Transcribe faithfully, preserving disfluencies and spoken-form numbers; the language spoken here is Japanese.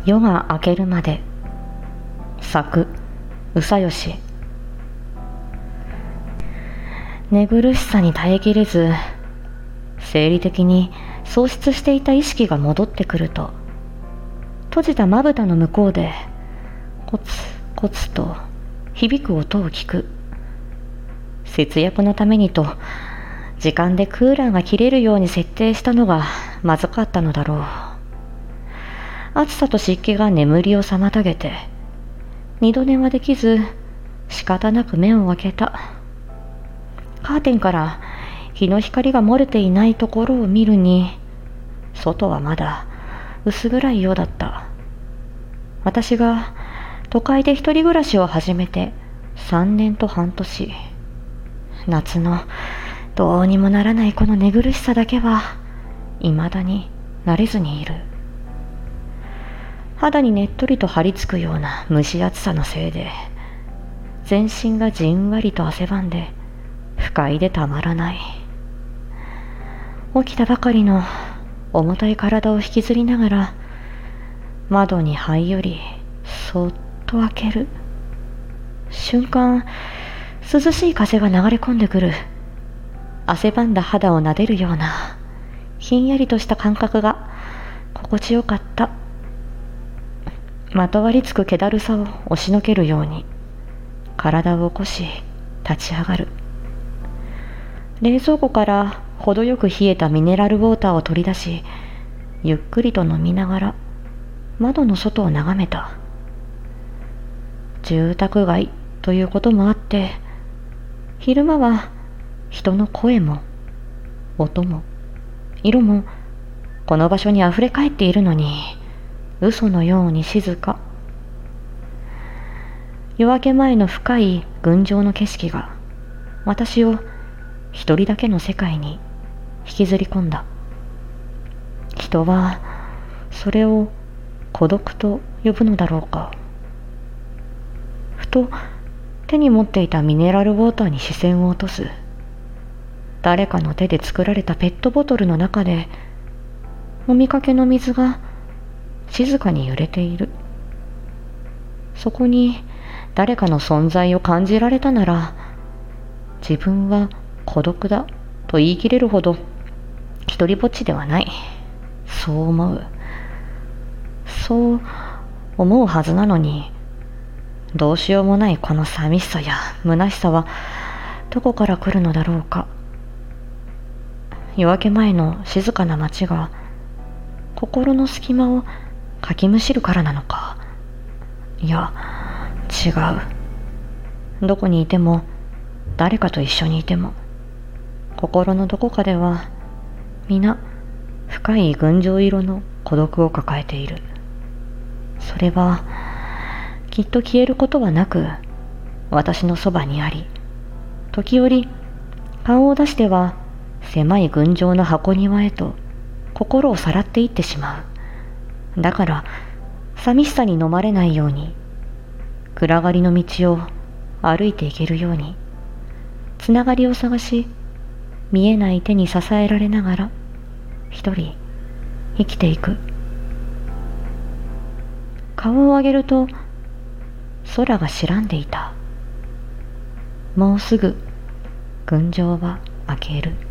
夜が明けるまで。作うさよし。寝苦しさに耐えきれず、生理的に喪失していた意識が戻ってくると、閉じたまぶたの向こうでコツコツと響く音を聞く。節約のためにと時間でクーラーが切れるように設定したのがまずかったのだろう。暑さと湿気が眠りを妨げて、二度寝はできず仕方なく目を開けた。カーテンから日の光が漏れていないところを見るに、外はまだ薄暗いようだった。私が都会で一人暮らしを始めて三年と半年。夏のどうにもならないこの寝苦しさだけは未だに慣れずにいる。肌にねっとりと張り付くような蒸し暑さのせいで、全身がじんわりと汗ばんで不快でたまらない。起きたばかりの重たい体を引きずりながら、窓に這い寄りそっと開ける瞬間、涼しい風が流れ込んでくる。汗ばんだ肌を撫でるようなひんやりとした感覚が心地よかった。まとわりつく気だるさを押しのけるように体を起こし立ち上がる。冷蔵庫から程よく冷えたミネラルウォーターを取り出し、ゆっくりと飲みながら窓の外を眺めた。住宅街ということもあって、昼間は人の声も音も色もこの場所にあふれかえっているのに、嘘のように静か。夜明け前の深い群青の景色が私を一人だけの世界に引きずり込んだ。人はそれを孤独と呼ぶのだろうか。ふと手に持っていたミネラルウォーターに視線を落とす。誰かの手で作られたペットボトルの中で飲みかけの水が静かに揺れている。そこに誰かの存在を感じられたなら、自分は孤独だと言い切れるほど一人ぼっちではない。そう思う。そう思うはずなのに、どうしようもないこの寂しさや虚しさはどこから来るのだろうか。夜明け前の静かな街が心の隙間をかきむしるからなのか。いや、違う。どこにいても、誰かと一緒にいても、心のどこかでは皆深い群青色の孤独を抱えている。それはきっと消えることはなく、私のそばにあり、時折顔を出しては狭い群青の箱庭へと心をさらっていってしまう。だから寂しさに飲まれないように、暗がりの道を歩いていけるように、つながりを探し、見えない手に支えられながら一人生きていく。顔を上げると空が白んでいた。もうすぐ群青は明ける。